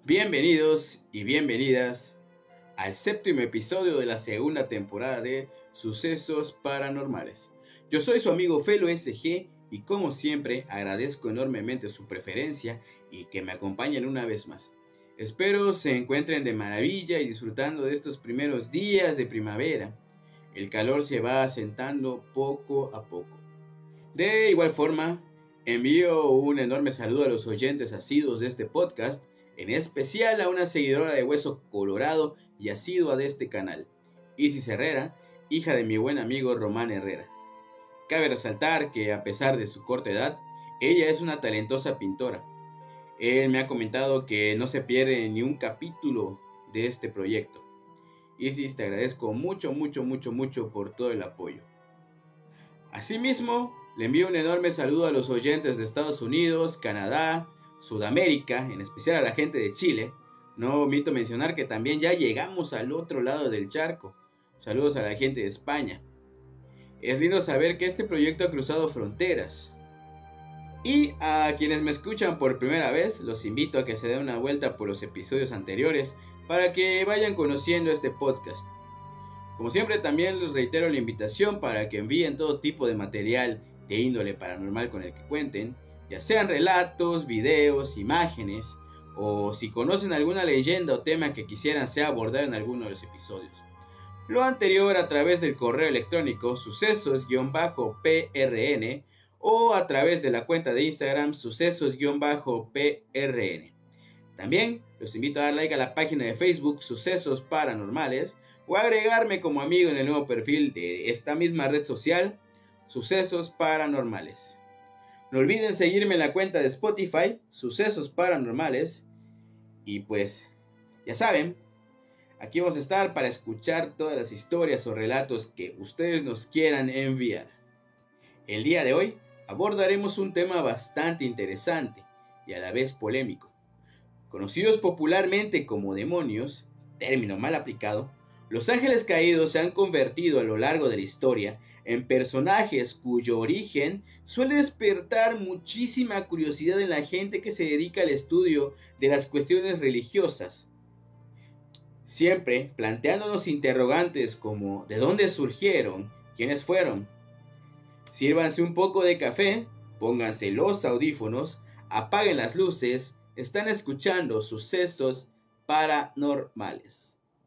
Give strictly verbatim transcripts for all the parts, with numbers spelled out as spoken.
Bienvenidos y bienvenidas al séptimo episodio de la segunda temporada de Sucesos Paranormales. Yo soy su amigo Felo S G y como siempre agradezco enormemente su preferencia y que me acompañen una vez más. Espero se encuentren de maravilla y disfrutando de estos primeros días de primavera. El calor se va asentando poco a poco. De igual forma, envío un enorme saludo a los oyentes asiduos de este podcast, en especial a una seguidora de Hueso Colorado y asidua de este canal, Isis Herrera, hija de mi buen amigo Román Herrera. Cabe resaltar que a pesar de su corta edad, ella es una talentosa pintora. Él me ha comentado que no se pierde ni un capítulo de este proyecto. Isis, te agradezco mucho, mucho, mucho, mucho por todo el apoyo. Asimismo, le envío un enorme saludo a los oyentes de Estados Unidos, Canadá, Sudamérica, en especial a la gente de Chile. No omito mencionar que también ya llegamos al otro lado del charco. Saludos a la gente de España. Es lindo saber que este proyecto ha cruzado fronteras. Y a quienes me escuchan por primera vez, los invito a que se den una vuelta por los episodios anteriores para que vayan conociendo este podcast. Como siempre, también les reitero la invitación para que envíen todo tipo de material de índole paranormal con el que cuenten, ya sean relatos, videos, imágenes, o si conocen alguna leyenda o tema que quisieran sea abordado en alguno de los episodios. Lo anterior a través del correo electrónico sucesos-prn o a través de la cuenta de Instagram sucesos-prn. También los invito a dar like a la página de Facebook Sucesos Paranormales o agregarme como amigo en el nuevo perfil de esta misma red social, Sucesos Paranormales. No olviden seguirme en la cuenta de Spotify, Sucesos Paranormales. Y pues, ya saben, aquí vamos a estar para escuchar todas las historias o relatos que ustedes nos quieran enviar. El día de hoy abordaremos un tema bastante interesante y a la vez polémico. Conocidos popularmente como demonios, término mal aplicado, los ángeles caídos se han convertido a lo largo de la historia en personajes cuyo origen suele despertar muchísima curiosidad en la gente que se dedica al estudio de las cuestiones religiosas. Siempre planteándonos interrogantes como ¿de dónde surgieron? ¿Quiénes fueron? Sírvanse un poco de café, pónganse los audífonos, apaguen las luces, están escuchando Sucesos Paranormales.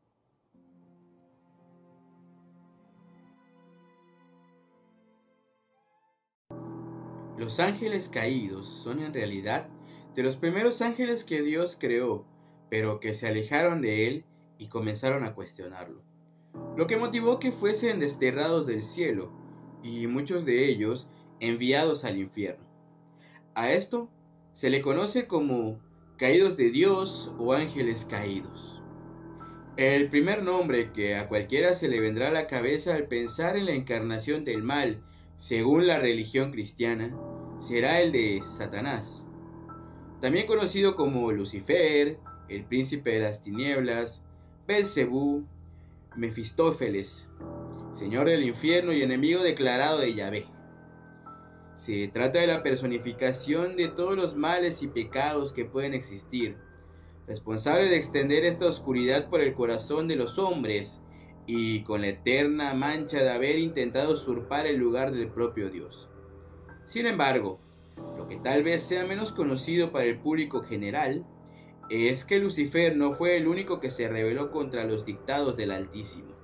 Los ángeles caídos son en realidad de los primeros ángeles que Dios creó, pero que se alejaron de él y comenzaron a cuestionarlo, lo que motivó que fuesen desterrados del cielo y muchos de ellos enviados al infierno. A esto se le conoce como caídos de Dios o ángeles caídos. El primer nombre que a cualquiera se le vendrá a la cabeza al pensar en la encarnación del mal, según la religión cristiana, será el de Satanás, también conocido como Lucifer, el príncipe de las tinieblas, Belcebú, Mefistófeles, señor del infierno y enemigo declarado de Yahvé. Se trata de la personificación de todos los males y pecados que pueden existir, responsable de extender esta oscuridad por el corazón de los hombres y con la eterna mancha de haber intentado usurpar el lugar del propio Dios. Sin embargo, lo que tal vez sea menos conocido para el público general es que Lucifer no fue el único que se rebeló contra los dictados del Altísimo.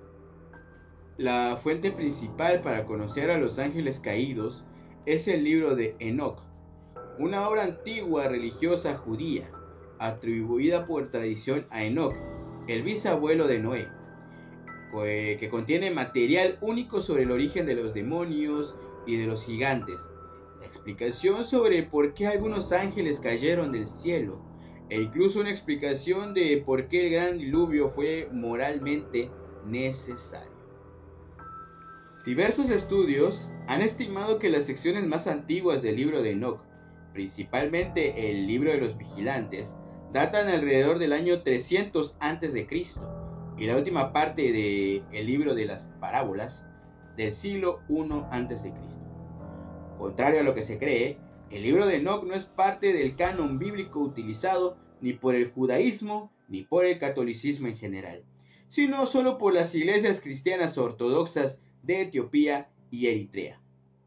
La fuente principal para conocer a los ángeles caídos es el libro de Enoc, una obra antigua religiosa judía, atribuida por tradición a Enoc, el bisabuelo de Noé, que contiene material único sobre el origen de los demonios y de los gigantes, la explicación sobre por qué algunos ángeles cayeron del cielo, e incluso una explicación de por qué el gran diluvio fue moralmente necesario. Diversos estudios han estimado que las secciones más antiguas del libro de Enoc, principalmente el libro de los vigilantes, datan alrededor del año trescientos antes de Cristo y la última parte del libro de las parábolas del siglo primero antes de Cristo. Contrario a lo que se cree, el libro de Enoc no es parte del canon bíblico utilizado ni por el judaísmo, ni por el catolicismo en general, sino solo por las iglesias cristianas ortodoxas de Etiopía y Eritrea.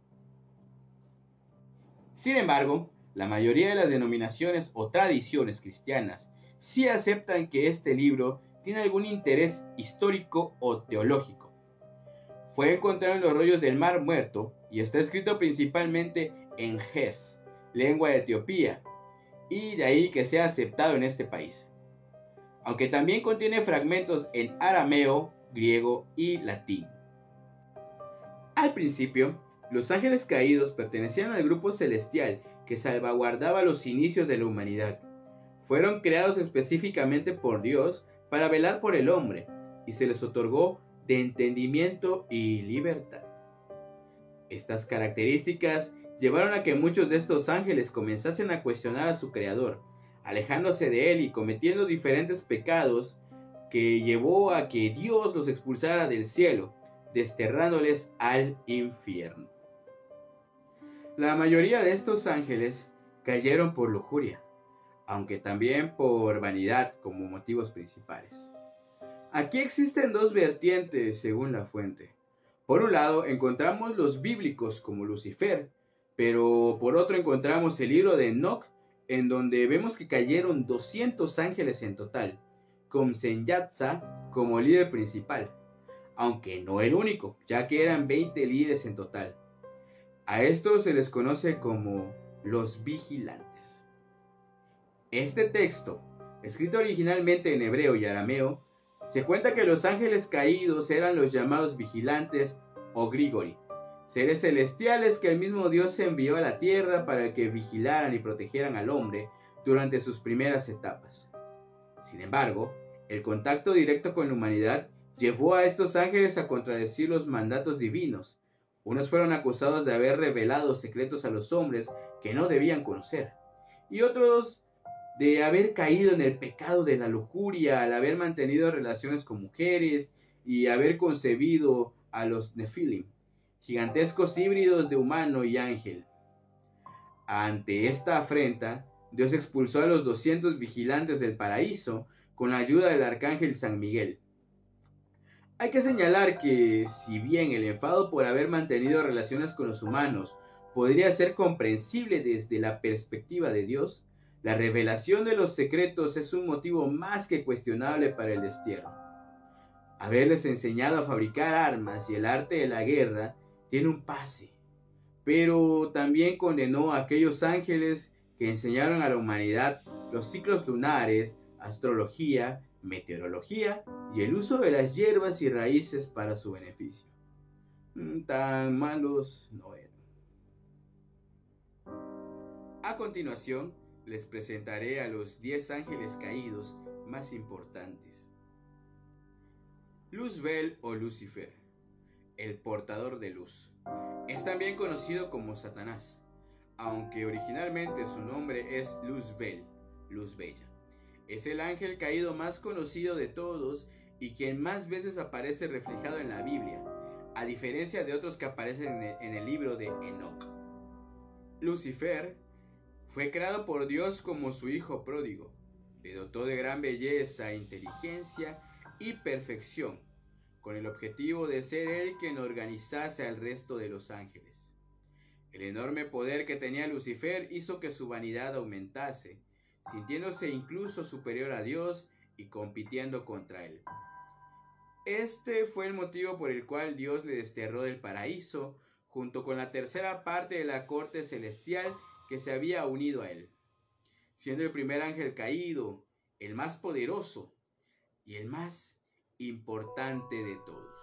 Sin embargo, la mayoría de las denominaciones o tradiciones cristianas sí aceptan que este libro tiene algún interés histórico o teológico. Fue encontrado en los rollos del Mar Muerto y está escrito principalmente en Ges, lengua de Etiopía, y de ahí que sea aceptado en este país. Aunque también contiene fragmentos en arameo, griego y latín. Al principio, los ángeles caídos pertenecían al grupo celestial que salvaguardaba los inicios de la humanidad. Fueron creados específicamente por Dios para velar por el hombre, y se les otorgó de entendimiento y libertad. Estas características llevaron a que muchos de estos ángeles comenzasen a cuestionar a su creador, alejándose de él y cometiendo diferentes pecados que llevó a que Dios los expulsara del cielo, desterrándoles al infierno. La mayoría de estos ángeles cayeron por lujuria, aunque también por vanidad como motivos principales. Aquí existen dos vertientes según la fuente. Por un lado encontramos los bíblicos como Lucifer, pero por otro encontramos el libro de Enoc, en donde vemos que cayeron doscientos ángeles en total, con Semyatza como líder principal, aunque no el único, ya que eran veinte líderes en total. A estos se les conoce como los vigilantes. Este texto, escrito originalmente en hebreo y arameo, se cuenta que los ángeles caídos eran los llamados vigilantes o grigori, seres celestiales que el mismo Dios envió a la tierra para que vigilaran y protegieran al hombre durante sus primeras etapas. Sin embargo, el contacto directo con la humanidad llevó a estos ángeles a contradecir los mandatos divinos. Unos fueron acusados de haber revelado secretos a los hombres que no debían conocer, y otros de haber caído en el pecado de la lujuria al haber mantenido relaciones con mujeres y haber concebido a los Nefilim, gigantescos híbridos de humano y ángel. Ante esta afrenta, Dios expulsó a los doscientos vigilantes del paraíso con la ayuda del arcángel San Miguel. Hay que señalar que, si bien el enfado por haber mantenido relaciones con los humanos podría ser comprensible desde la perspectiva de Dios, la revelación de los secretos es un motivo más que cuestionable para el destierro. Haberles enseñado a fabricar armas y el arte de la guerra tiene un pase, pero también condenó a aquellos ángeles que enseñaron a la humanidad los ciclos lunares, astrología, meteorología y el uso de las hierbas y raíces para su beneficio. Tan malos no eran. A continuación, les presentaré a los diez ángeles caídos más importantes. Luzbel o Lucifer, el portador de luz. Es también conocido como Satanás, aunque originalmente su nombre es Luzbel, luz bella. Es el ángel caído más conocido de todos y quien más veces aparece reflejado en la Biblia, a diferencia de otros que aparecen en el, en el libro de Enoc. Lucifer fue creado por Dios como su hijo pródigo. Le dotó de gran belleza, inteligencia y perfección, con el objetivo de ser él quien organizase al resto de los ángeles. El enorme poder que tenía Lucifer hizo que su vanidad aumentase, sintiéndose incluso superior a Dios y compitiendo contra él. Este fue el motivo por el cual Dios le desterró del paraíso, junto con la tercera parte de la corte celestial que se había unido a él, siendo el primer ángel caído, el más poderoso y el más importante de todos.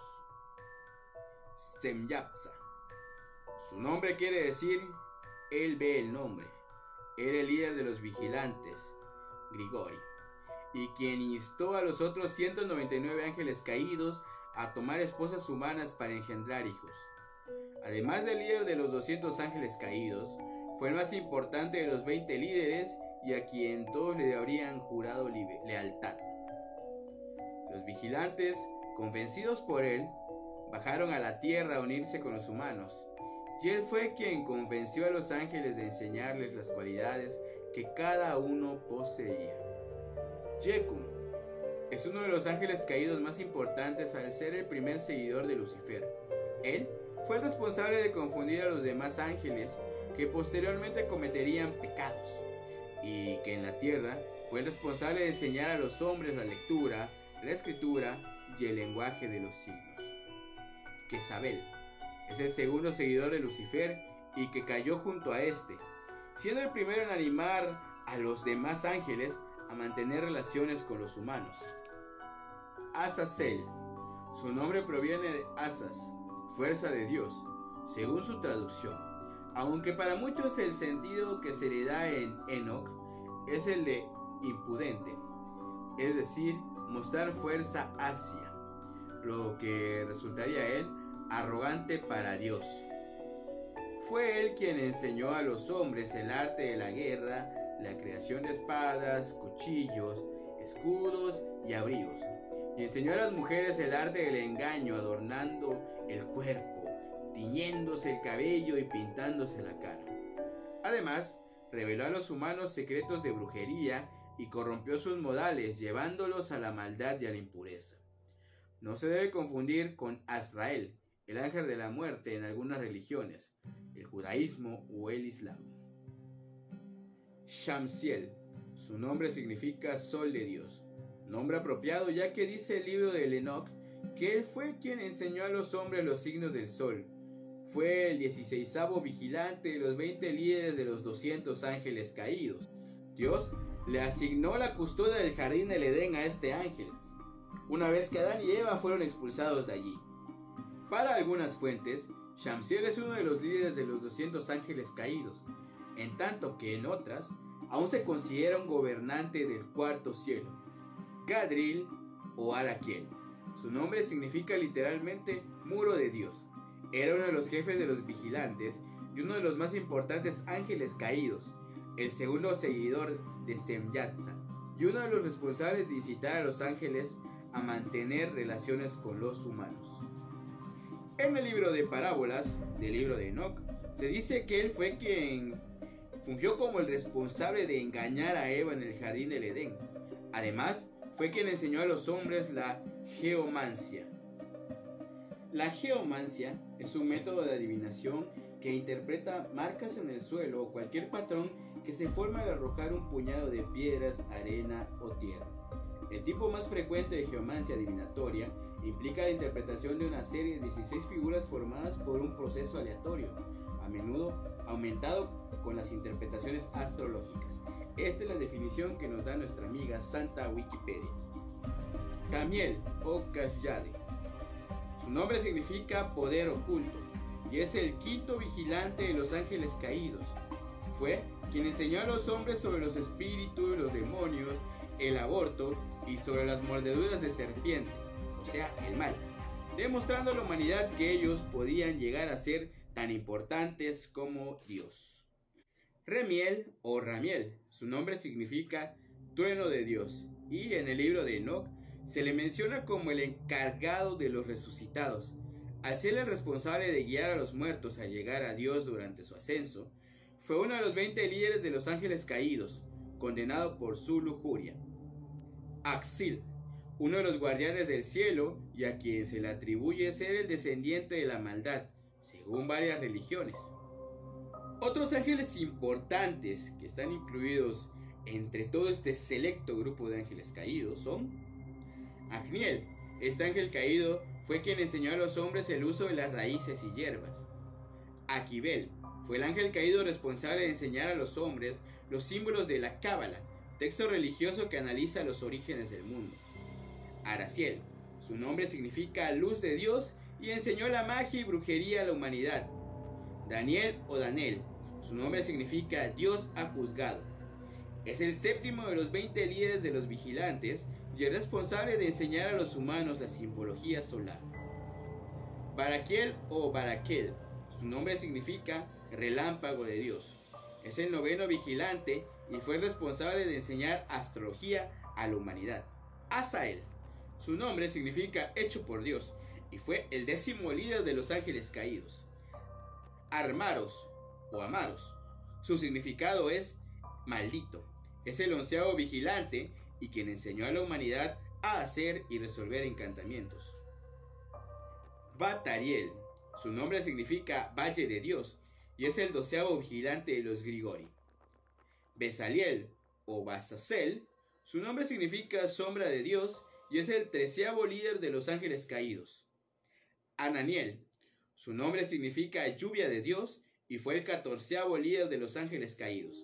Semyatza. Su nombre quiere decir, él ve el nombre. Era el líder de los vigilantes, Grigori, y quien instó a los otros ciento noventa y nueve ángeles caídos a tomar esposas humanas para engendrar hijos. Además del líder de los doscientos ángeles caídos, fue el más importante de los veinte líderes y a quien todos le habrían jurado lealtad. Los vigilantes, convencidos por él, bajaron a la tierra a unirse con los humanos, y él fue quien convenció a los ángeles de enseñarles las cualidades que cada uno poseía. Jecum es uno de los ángeles caídos más importantes al ser el primer seguidor de Lucifer. Él fue el responsable de confundir a los demás ángeles que posteriormente cometerían pecados, y que en la tierra fue el responsable de enseñar a los hombres la lectura, la escritura y el lenguaje de los signos. Jezabel es el segundo seguidor de Lucifer y que cayó junto a este, siendo el primero en animar a los demás ángeles a mantener relaciones con los humanos. Azazel, su nombre proviene de Asas, fuerza de Dios, según su traducción, aunque para muchos el sentido que se le da en Enoch es el de impudente, es decir, mostrar fuerza hacia, lo que resultaría él arrogante para Dios. Fue él quien enseñó a los hombres el arte de la guerra, la creación de espadas, cuchillos, escudos y abrigos, y enseñó a las mujeres el arte del engaño, adornando el cuerpo, tiñéndose el cabello y pintándose la cara. Además, reveló a los humanos secretos de brujería y corrompió sus modales, llevándolos a la maldad y a la impureza. No se debe confundir con Azrael, el ángel de la muerte en algunas religiones, el judaísmo o el islam. Shamsiel, su nombre significa sol de Dios, nombre apropiado ya que dice el libro de Enoch que él fue quien enseñó a los hombres los signos del sol. Fue el dieciseisavo vigilante de los veinte líderes de los doscientos ángeles caídos. Dios le asignó la custodia del jardín del Edén a este ángel, una vez que Adán y Eva fueron expulsados de allí. Para algunas fuentes, Shamsiel es uno de los líderes de los doscientos ángeles caídos, en tanto que en otras, aún se considera un gobernante del cuarto cielo, Gadril o Araquiel. Su nombre significa literalmente muro de Dios. Era uno de los jefes de los vigilantes y uno de los más importantes ángeles caídos, el segundo seguidor de Semyatza, y uno de los responsables de incitar a los ángeles a mantener relaciones con los humanos. En el libro de parábolas del libro de Enoch, se dice que él fue quien fungió como el responsable de engañar a Eva en el jardín del Edén. Además, fue quien enseñó a los hombres la geomancia. La geomancia es un método de adivinación que interpreta marcas en el suelo o cualquier patrón que se forma al arrojar un puñado de piedras, arena o tierra. El tipo más frecuente de geomancia adivinatoria implica la interpretación de una serie de dieciséis figuras formadas por un proceso aleatorio, a menudo aumentado con las interpretaciones astrológicas. Esta es la definición que nos da nuestra amiga Santa Wikipedia. Camiel o Kashyade. Su nombre significa poder oculto y es el quinto vigilante de los ángeles caídos. Fue quien enseñó a los hombres sobre los espíritus, los demonios, el aborto y sobre las mordeduras de serpiente, o sea, el mal, demostrando a la humanidad que ellos podían llegar a ser tan importantes como Dios. Remiel o Ramiel, su nombre significa trueno de Dios, y en el libro de Enoch se le menciona como el encargado de los resucitados. Al ser el responsable de guiar a los muertos a llegar a Dios durante su ascenso, fue uno de los veinte líderes de los ángeles caídos, condenado por su lujuria. Axil, uno de los guardianes del cielo y a quien se le atribuye ser el descendiente de la maldad, según varias religiones. Otros ángeles importantes que están incluidos entre todo este selecto grupo de ángeles caídos son Agniel. Este ángel caído fue quien enseñó a los hombres el uso de las raíces y hierbas. Aquibel fue el ángel caído responsable de enseñar a los hombres los símbolos de la Cábala, texto religioso que analiza los orígenes del mundo. Araciel, su nombre significa luz de Dios y enseñó la magia y brujería a la humanidad. Daniel o Danel, su nombre significa Dios ha juzgado. Es el séptimo de los veinte líderes de los vigilantes y es responsable de enseñar a los humanos la simbología solar. Baraquiel o Baraquel, su nombre significa relámpago de Dios. Es el noveno vigilante y fue el responsable de enseñar astrología a la humanidad. Azael, su nombre significa hecho por Dios y fue el décimo líder de los ángeles caídos. Armaros o Amaros, su significado es maldito. Es el onceavo vigilante y quien enseñó a la humanidad a hacer y resolver encantamientos. Batariel, su nombre significa Valle de Dios y es el doceavo vigilante de los Grigori. Besaliel o Basazel, su nombre significa sombra de Dios y es el treceavo líder de los ángeles caídos. Ananiel, su nombre significa lluvia de Dios y fue el catorceavo líder de los ángeles caídos.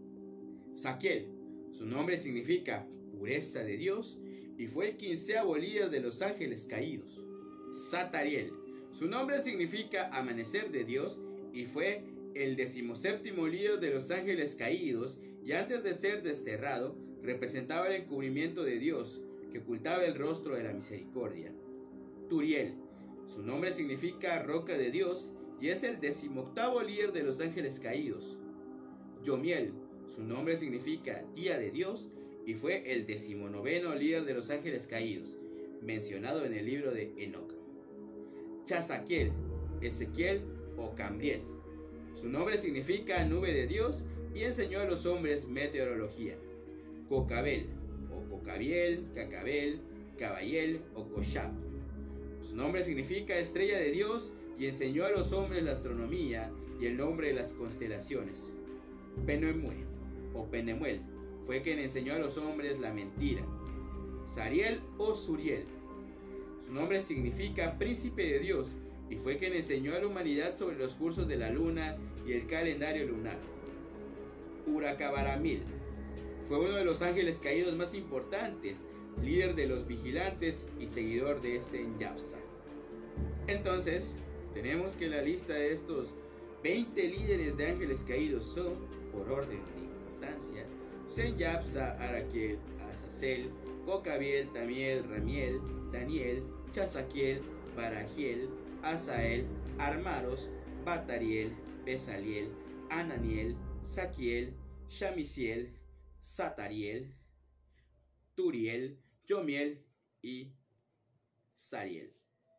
Saquiel, su nombre significa pureza de Dios y fue el quinceavo líder de los ángeles caídos. Satariel, su nombre significa amanecer de Dios y fue el decimoséptimo líder de los ángeles caídos y antes de ser desterrado representaba el encubrimiento de Dios que ocultaba el rostro de la misericordia. Turiel, su nombre significa roca de Dios y es el decimoctavo líder de los ángeles caídos. Yomiel, su nombre significa día de Dios y fue el decimonoveno líder de los ángeles caídos, mencionado en el libro de Enoc. Chasaquiel, Ezequiel o Cambriel, su nombre significa nube de Dios y enseñó a los hombres meteorología. Cocabel o Cocabiel, Cacabel, Caballel o Coshab, su nombre significa estrella de Dios y enseñó a los hombres la astronomía y el nombre de las constelaciones. Penemuel o Penemuel fue quien enseñó a los hombres la mentira. Sariel o Suriel, su nombre significa príncipe de Dios y fue quien enseñó a la humanidad sobre los cursos de la luna y el calendario lunar. Uracabaramil fue uno de los ángeles caídos más importantes, líder de los vigilantes y seguidor de Senyapsa. Entonces, tenemos que la lista de estos veinte líderes de ángeles caídos son, por orden de importancia, Senyapsa, Araquiel, Azazel, Cocabiel, Tamiel, Ramiel, Daniel, Chasaquiel, Baragiel, Asael, Armaros, Batariel, Besaliel, Ananiel, Saquiel, Shamisiel, Satariel, Turiel, Yomiel y Sariel.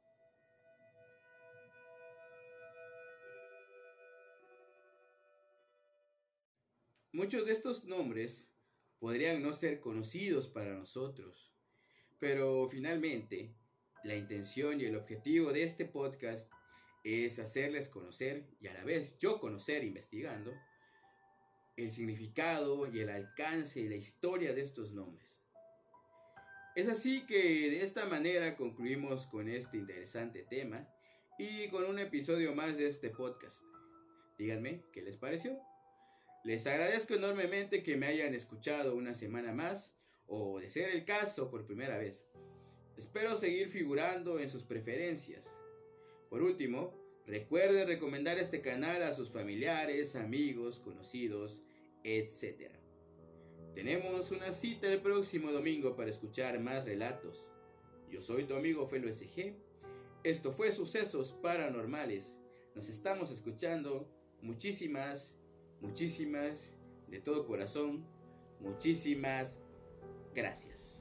Muchos de estos nombres podrían no ser conocidos para nosotros, pero finalmente la intención y el objetivo de este podcast es hacerles conocer y a la vez yo conocer investigando el significado y el alcance y la historia de estos nombres. Es así que de esta manera concluimos con este interesante tema y con un episodio más de este podcast. Díganme qué les pareció. Les agradezco enormemente que me hayan escuchado una semana más o, de ser el caso, por primera vez. Espero seguir figurando en sus preferencias. Por último, recuerden recomendar este canal a sus familiares, amigos, conocidos, etcétera. Tenemos una cita el próximo domingo para escuchar más relatos. Yo soy tu amigo Felo S G. Esto fue Sucesos Paranormales. Nos estamos escuchando. Muchísimas, muchísimas, de todo corazón, muchísimas gracias.